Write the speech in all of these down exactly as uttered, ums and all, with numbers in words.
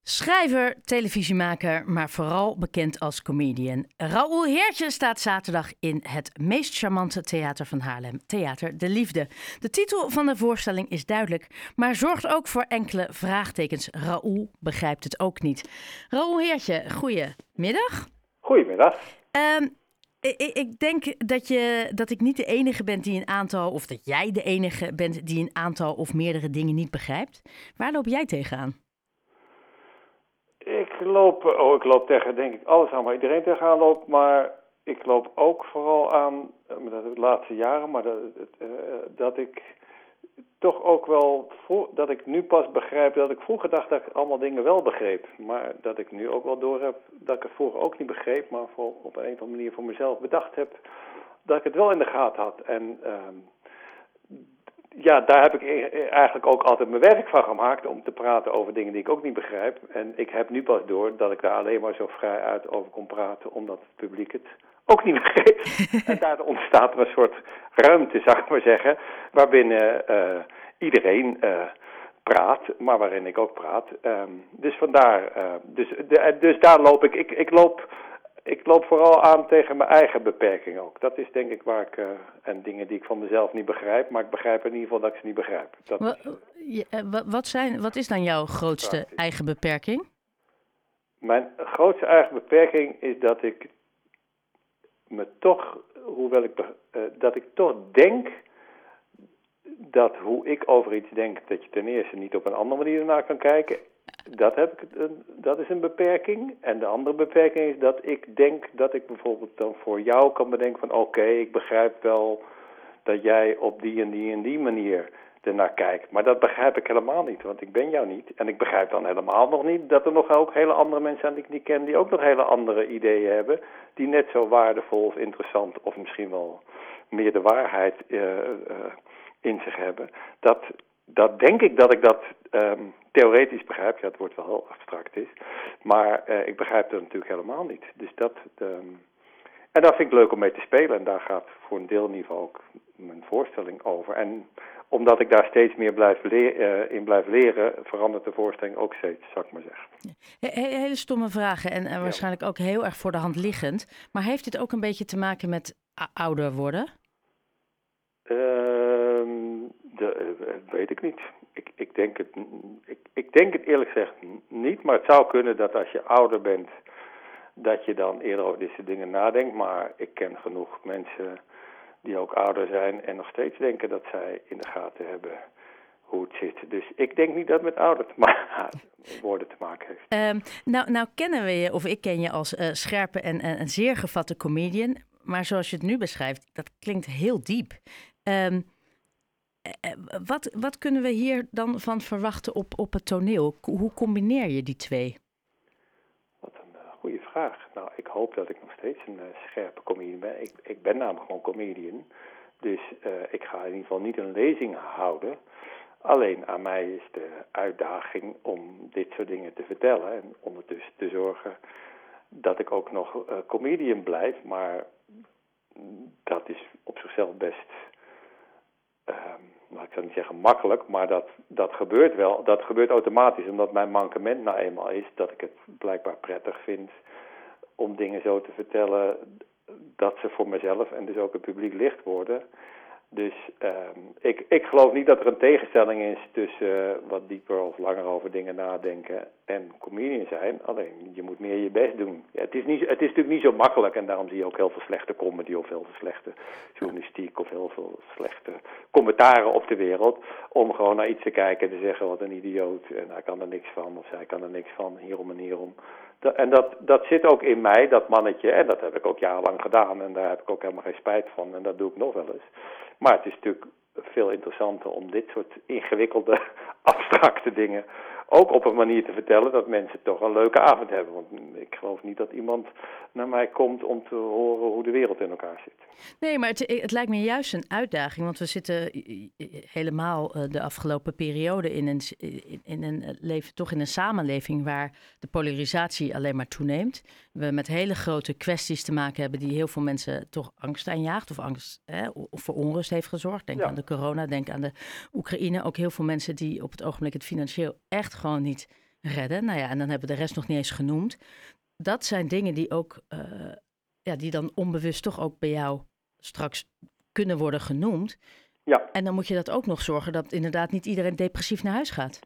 Schrijver, televisiemaker, maar vooral bekend als comedian. Raoul Heertje staat zaterdag in het meest charmante theater van Haarlem, Theater De Liefde. De titel van de voorstelling is duidelijk, maar zorgt ook voor enkele vraagtekens. Raoul begrijpt het ook niet. Raoul Heertje, goedemiddag. Goedemiddag. Um, ik, ik denk dat, je, dat ik niet de enige ben die een aantal, of dat jij de enige bent die een aantal of meerdere dingen niet begrijpt. Waar loop jij tegenaan? Ik loop, oh, ik loop tegen, denk ik, alles aan waar iedereen tegenaan loopt, maar ik loop ook vooral aan, dat de laatste jaren, maar dat, uh, dat ik toch ook wel, dat ik nu pas begrijp, dat ik vroeger dacht dat ik allemaal dingen wel begreep, maar dat ik nu ook wel doorheb dat ik het vroeger ook niet begreep, maar voor, op een of andere manier voor mezelf bedacht heb dat ik het wel in de gaten had. En uh, ja, daar heb ik eigenlijk ook altijd mijn werk van gemaakt om te praten over dingen die ik ook niet begrijp. En ik heb nu pas door dat ik daar alleen maar zo vrij uit over kon praten, omdat het publiek het ook niet begreep. En daar ontstaat er een soort ruimte, zou ik maar zeggen, waarbinnen uh, iedereen uh, praat, maar waarin ik ook praat. Um, dus vandaar, uh, dus, de, dus daar loop ik, ik, ik loop... Ik loop vooral aan tegen mijn eigen beperking ook. Dat is denk ik waar ik, uh, en dingen die ik van mezelf niet begrijp, maar ik begrijp in ieder geval dat ik ze niet begrijp. Dat wat, wat, zijn, wat is dan jouw grootste eigen beperking? Mijn grootste eigen beperking is dat ik me toch, hoewel ik, uh, dat ik toch denk dat hoe ik over iets denk, dat je ten eerste niet op een andere manier ernaar kan kijken. Dat, heb ik, dat is een beperking. En de andere beperking is dat ik denk dat ik bijvoorbeeld dan voor jou kan bedenken van oké, okay, ik begrijp wel dat jij op die en die en die manier ernaar kijkt. Maar dat begrijp ik helemaal niet, want ik ben jou niet. En ik begrijp dan helemaal nog niet dat er nog ook hele andere mensen zijn die ik niet ken, die ook nog hele andere ideeën hebben, die net zo waardevol of interessant of misschien wel meer de waarheid uh, uh, in zich hebben. Dat... Dat denk ik dat ik dat um, theoretisch begrijp. Ja, het wordt wel heel abstract is. Maar uh, ik begrijp het natuurlijk helemaal niet. Dus dat, um, en dat vind ik leuk om mee te spelen. En daar gaat voor een deel in ieder geval ook mijn voorstelling over. En omdat ik daar steeds meer blijf le- uh, in blijf leren, verandert de voorstelling ook steeds, zou ik maar zeggen. He- hele stomme vragen en, en waarschijnlijk ook heel erg voor de hand liggend. Maar heeft dit ook een beetje te maken met a- ouder worden? Uh, de, uh, weet ik niet. Ik, ik, denk het, ik, ik denk het eerlijk gezegd niet, maar het zou kunnen dat als je ouder bent, dat je dan eerder over deze dingen nadenkt. Maar ik ken genoeg mensen die ook ouder zijn en nog steeds denken dat zij in de gaten hebben hoe het zit. Dus ik denk niet dat het met ouder te maken, woorden te maken heeft. Um, nou, nou kennen we je, of ik ken je als uh, scherpe en uh, een zeer gevatte comedian. Maar zoals je het nu beschrijft, dat klinkt heel diep. Um, wat, wat kunnen we hier dan van verwachten op, op het toneel? Hoe combineer je die twee? Wat een uh, goede vraag. Nou, ik hoop dat ik nog steeds een uh, scherpe comedian ben. Ik, ik ben namelijk gewoon comedian. Dus uh, ik ga in ieder geval niet een lezing houden. Alleen aan mij is de uitdaging om dit soort dingen te vertellen. En ondertussen te zorgen dat ik ook nog uh, comedian blijf. Maar dat is op zichzelf best... Uh, nou, ik zou niet zeggen makkelijk, maar dat, dat gebeurt wel. Dat gebeurt automatisch, omdat mijn mankement nou eenmaal is dat ik het blijkbaar prettig vind om dingen zo te vertellen dat ze voor mezelf en dus ook het publiek licht worden. Dus uh, ik, ik geloof niet dat er een tegenstelling is tussen uh, wat dieper of langer over dingen nadenken en comedian zijn. Alleen, je moet meer je best doen. Ja, het is niet, het is natuurlijk niet zo makkelijk en daarom zie je ook heel veel slechte comedy of heel veel slechte journalistiek of heel veel slechte commentaren op de wereld. Om gewoon naar iets te kijken en te zeggen wat een idioot en hij kan er niks van of zij kan er niks van, hierom en hierom. Dat, en dat, dat zit ook in mij, dat mannetje, en dat heb ik ook jarenlang gedaan en daar heb ik ook helemaal geen spijt van en dat doe ik nog wel eens. Maar het is natuurlijk veel interessanter om dit soort ingewikkelde, abstracte dingen ook op een manier te vertellen dat mensen toch een leuke avond hebben. Want ik geloof niet dat iemand naar mij komt om te horen hoe de wereld in elkaar zit. Nee, maar het, het lijkt me juist een uitdaging, want we zitten helemaal de afgelopen periode in een, in een leven, toch in een samenleving waar de polarisatie alleen maar toeneemt. We met hele grote kwesties te maken hebben die heel veel mensen toch angst aanjaagt of angst hè, of voor onrust heeft gezorgd. Denk ja. aan de corona, denk aan de Oekraïne. Ook heel veel mensen die op het ogenblik het financieel echt gewoon niet redden. Nou ja, en dan hebben we de rest nog niet eens genoemd. Dat zijn dingen die ook, uh, ja, die dan onbewust toch ook bij jou straks kunnen worden genoemd. Ja. En dan moet je dat ook nog zorgen dat inderdaad niet iedereen depressief naar huis gaat.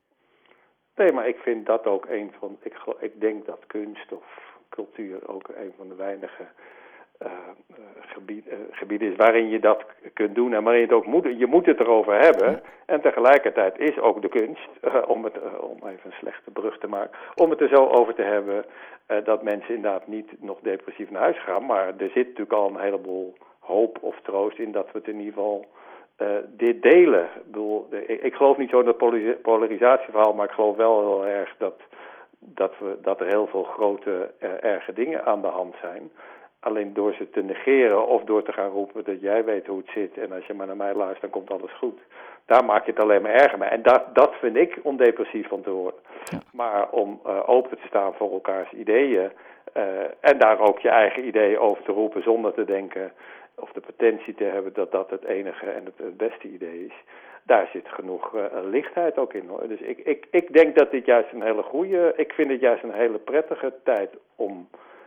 Nee, maar ik vind dat ook een van, ik, ik denk dat kunst of cultuur ook een van de weinige uh, gebied, uh, gebieden is waarin je dat kunt doen en waarin je het ook moet, je moet het erover hebben. Ja. En tegelijkertijd is ook de kunst, uh, om het, uh, om even een slechte brug te maken, om het er zo over te hebben uh, dat mensen inderdaad niet nog depressief naar huis gaan, maar er zit natuurlijk al een heleboel hoop of troost in dat we het in ieder geval Uh, dit delen. Ik, bedoel, ik, ik geloof niet zo in dat polarisatieverhaal, maar ik geloof wel heel erg dat, dat, we, dat er heel veel grote, uh, erge dingen aan de hand zijn. Alleen door ze te negeren of door te gaan roepen dat jij weet hoe het zit en als je maar naar mij luistert, dan komt alles goed. Daar maak je het alleen maar erger mee. En dat, dat vind ik om depressief van te worden. Ja. Maar om uh, open te staan voor elkaars ideeën uh, en daar ook je eigen ideeën over te roepen zonder te denken of de potentie te hebben dat dat het enige en het, het beste idee is. Daar zit genoeg uh, lichtheid ook in, hoor. Dus ik, ik, ik denk dat dit juist een hele goede, ik vind het juist een hele prettige tijd om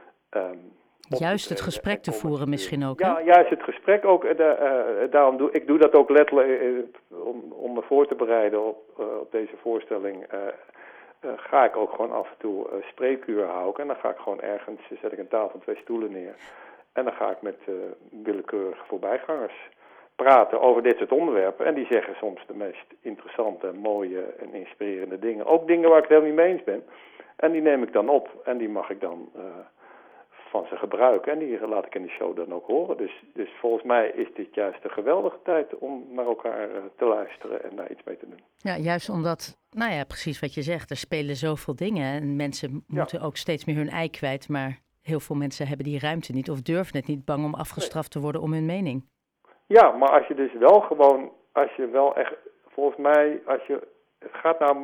Um, juist het gesprek te voeren misschien ook, hè? Ja, juist het gesprek ook. Uh, uh, daarom doe ik doe dat ook letterlijk uh, om, om me voor te bereiden op, uh, op deze voorstelling. Uh, uh, ga ik ook gewoon af en toe uh, spreekuur houden. En dan ga ik gewoon ergens, zet ik een tafel, twee stoelen neer. En dan ga ik met uh, willekeurige voorbijgangers praten over dit soort onderwerpen. En die zeggen soms de meest interessante, mooie en inspirerende dingen. Ook dingen waar ik het helemaal niet mee eens ben. En die neem ik dan op en die mag ik dan Uh, van ze gebruiken. En die laat ik in de show dan ook horen. Dus, dus volgens mij is dit juist een geweldige tijd om naar elkaar uh, te luisteren en daar iets mee te doen. Ja, juist omdat, nou ja, precies wat je zegt. Er spelen zoveel dingen en mensen ja. moeten ook steeds meer hun ei kwijt. Maar heel veel mensen hebben die ruimte niet of durven het niet, bang om afgestraft te worden om hun mening. Ja, maar als je dus wel gewoon, als je wel echt, volgens mij, als je gaat naar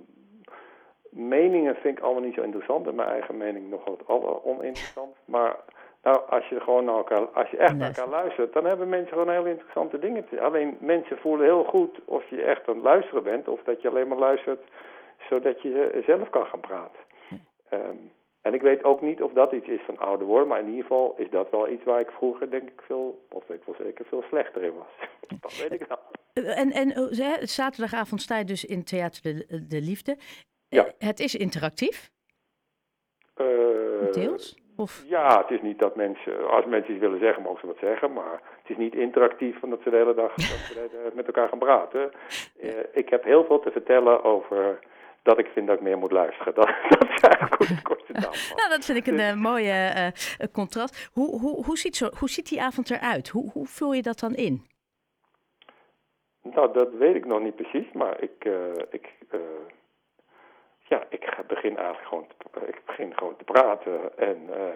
meningen vind ik allemaal niet zo interessant. En mijn eigen mening nog wat aller oninteressant. Maar nou, als je gewoon naar elkaar, als je echt naar elkaar luistert, dan hebben mensen gewoon heel interessante dingen te. Alleen mensen voelen heel goed of je echt aan het luisteren bent, of dat je alleen maar luistert zodat je zelf kan gaan praten. Um, en ik weet ook niet of dat iets is van ouder worden, maar in ieder geval is dat wel iets waar ik vroeger denk ik veel, of weet ik wel zeker, veel slechter in was. Dat weet ik wel. En, en zaterdagavond sta je dus in Theater de, de Liefde. Ja. Het is interactief? Uh, Deels? Of? Ja, het is niet dat mensen, als mensen iets willen zeggen, mogen ze wat zeggen, maar het is niet interactief omdat ze de hele dag dat ze met elkaar gaan praten. Uh, ik heb heel veel te vertellen over dat ik vind dat ik meer moet luisteren. Dat, dat is eigenlijk goed, korte samenvatting. Nou, dat vind ik een uh, mooie uh, contrast. Hoe, hoe, hoe, ziet zo, hoe ziet die avond eruit? Hoe, hoe vul je dat dan in? Nou, dat weet ik nog niet precies, maar ik... Uh, ik uh, Ja, ik begin eigenlijk gewoon te, ik begin gewoon te praten en, uh,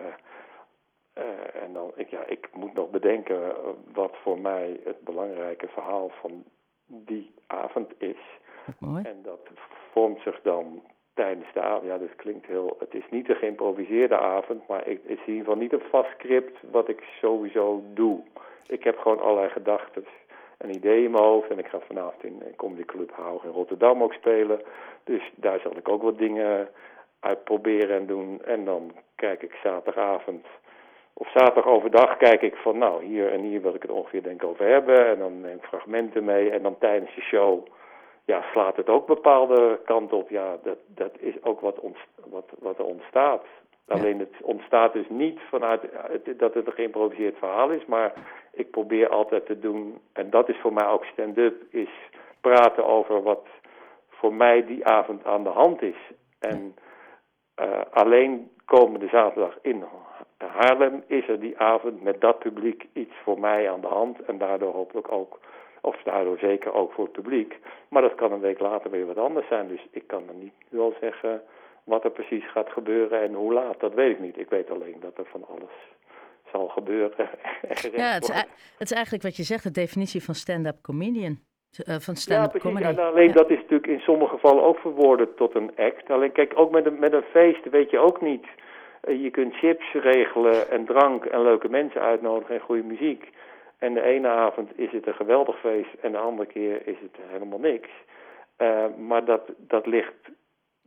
uh, en dan, ik, ja, ik moet nog bedenken wat voor mij het belangrijke verhaal van die avond is. Mooi. En dat vormt zich dan tijdens de avond, ja, dat klinkt heel, het is niet een geïmproviseerde avond, maar ik, het is in ieder geval niet een vast script wat ik sowieso doe. Ik heb gewoon allerlei gedachten. Een idee in mijn hoofd en ik ga vanavond in een Comedy Club Haug in Rotterdam ook spelen. Dus daar zal ik ook wat dingen uit proberen en doen. En dan kijk ik zaterdagavond of zaterdag overdag kijk ik van nou hier en hier wil ik het ongeveer denk ik over hebben. En dan neem ik fragmenten mee en dan tijdens de show ja, slaat het ook bepaalde kant op. Ja, dat, dat is ook wat, ontst, wat, wat er ontstaat. Ja. Alleen het ontstaat dus niet vanuit dat het een geïmproviseerd verhaal is, maar ik probeer altijd te doen, en dat is voor mij ook stand-up, is praten over wat voor mij die avond aan de hand is. En uh, alleen komende zaterdag in Haarlem is er die avond met dat publiek iets voor mij aan de hand en daardoor hopelijk ook, of daardoor zeker ook voor het publiek. Maar dat kan een week later weer wat anders zijn, dus ik kan er niet wel zeggen wat er precies gaat gebeuren en hoe laat, dat weet ik niet. Ik weet alleen dat er van alles zal gebeuren. Ja, het is, het is eigenlijk wat je zegt, de definitie van stand-up comedian. Uh, van stand-up ja, comedy. Ja, alleen ja. dat is natuurlijk in sommige gevallen ook verwoorden tot een act. Alleen kijk, ook met een, met een feest weet je ook niet. Uh, je kunt chips regelen en drank en leuke mensen uitnodigen en goede muziek. En de ene avond is het een geweldig feest en de andere keer is het helemaal niks. Uh, maar dat, dat ligt...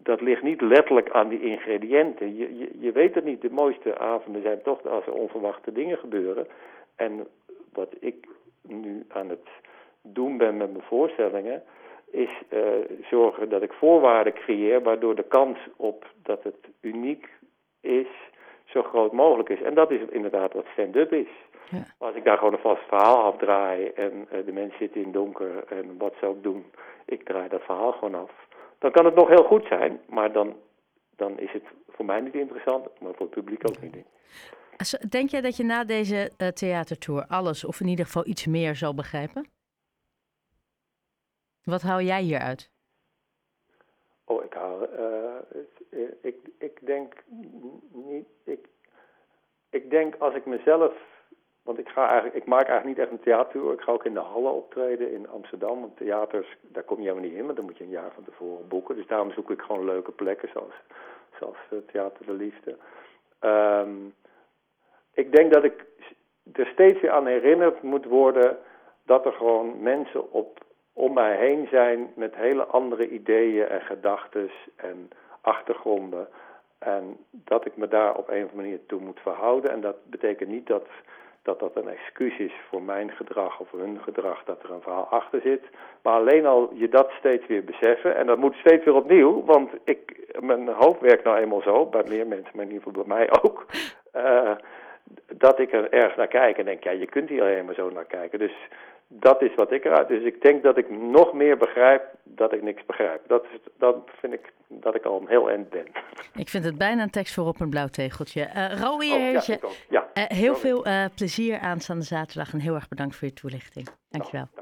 dat ligt niet letterlijk aan die ingrediënten. Je, je, je weet het niet. De mooiste avonden zijn toch als er onverwachte dingen gebeuren. En wat ik nu aan het doen ben met mijn voorstellingen, is uh, zorgen dat ik voorwaarden creëer, waardoor de kans op dat het uniek is, zo groot mogelijk is. En dat is inderdaad wat stand-up is. Ja. Als ik daar gewoon een vast verhaal afdraai en uh, de mensen zitten in het donker en wat ze ook doen, ik draai dat verhaal gewoon af. Dan kan het nog heel goed zijn, maar dan, dan is het voor mij niet interessant, maar voor het publiek ook niet. Denk jij dat je na deze uh, theatertour alles, of in ieder geval iets meer, zal begrijpen? Wat haal jij hieruit? Oh, ik haal... Uh, ik, ik denk niet... Ik, ik denk als ik mezelf... Want ik, ga eigenlijk, ik maak eigenlijk niet echt een theatertour. Ik ga ook in de Hallen optreden in Amsterdam. Want theaters, daar kom je helemaal niet in, want dan moet je een jaar van tevoren boeken. Dus daarom zoek ik gewoon leuke plekken, zoals, zoals Theater de Liefde. Um, ik denk dat ik er steeds weer aan herinnerd moet worden dat er gewoon mensen op, om mij heen zijn met hele andere ideeën en gedachten en achtergronden. En dat ik me daar op een of andere manier toe moet verhouden. En dat betekent niet dat... dat dat een excuus is voor mijn gedrag of hun gedrag, dat er een verhaal achter zit. Maar alleen al je dat steeds weer beseffen, en dat moet steeds weer opnieuw, want ik, mijn hoofd werkt nou eenmaal zo, bij meer mensen, maar in ieder geval bij mij ook, uh, dat ik er ergens naar kijk en denk, ja, je kunt hier helemaal zo naar kijken. Dus dat is wat ik eruit. Dus ik denk dat ik nog meer begrijp dat ik niks begrijp. Dat, is, dat vind ik dat ik al een heel eind ben. Ik vind het bijna een tekst voor op een blauw tegeltje. Uh, Raoul Heertje, oh, ja, ja. uh, heel veel uh, plezier aanstaande zaterdag en heel erg bedankt voor je toelichting. Dankjewel. Nou,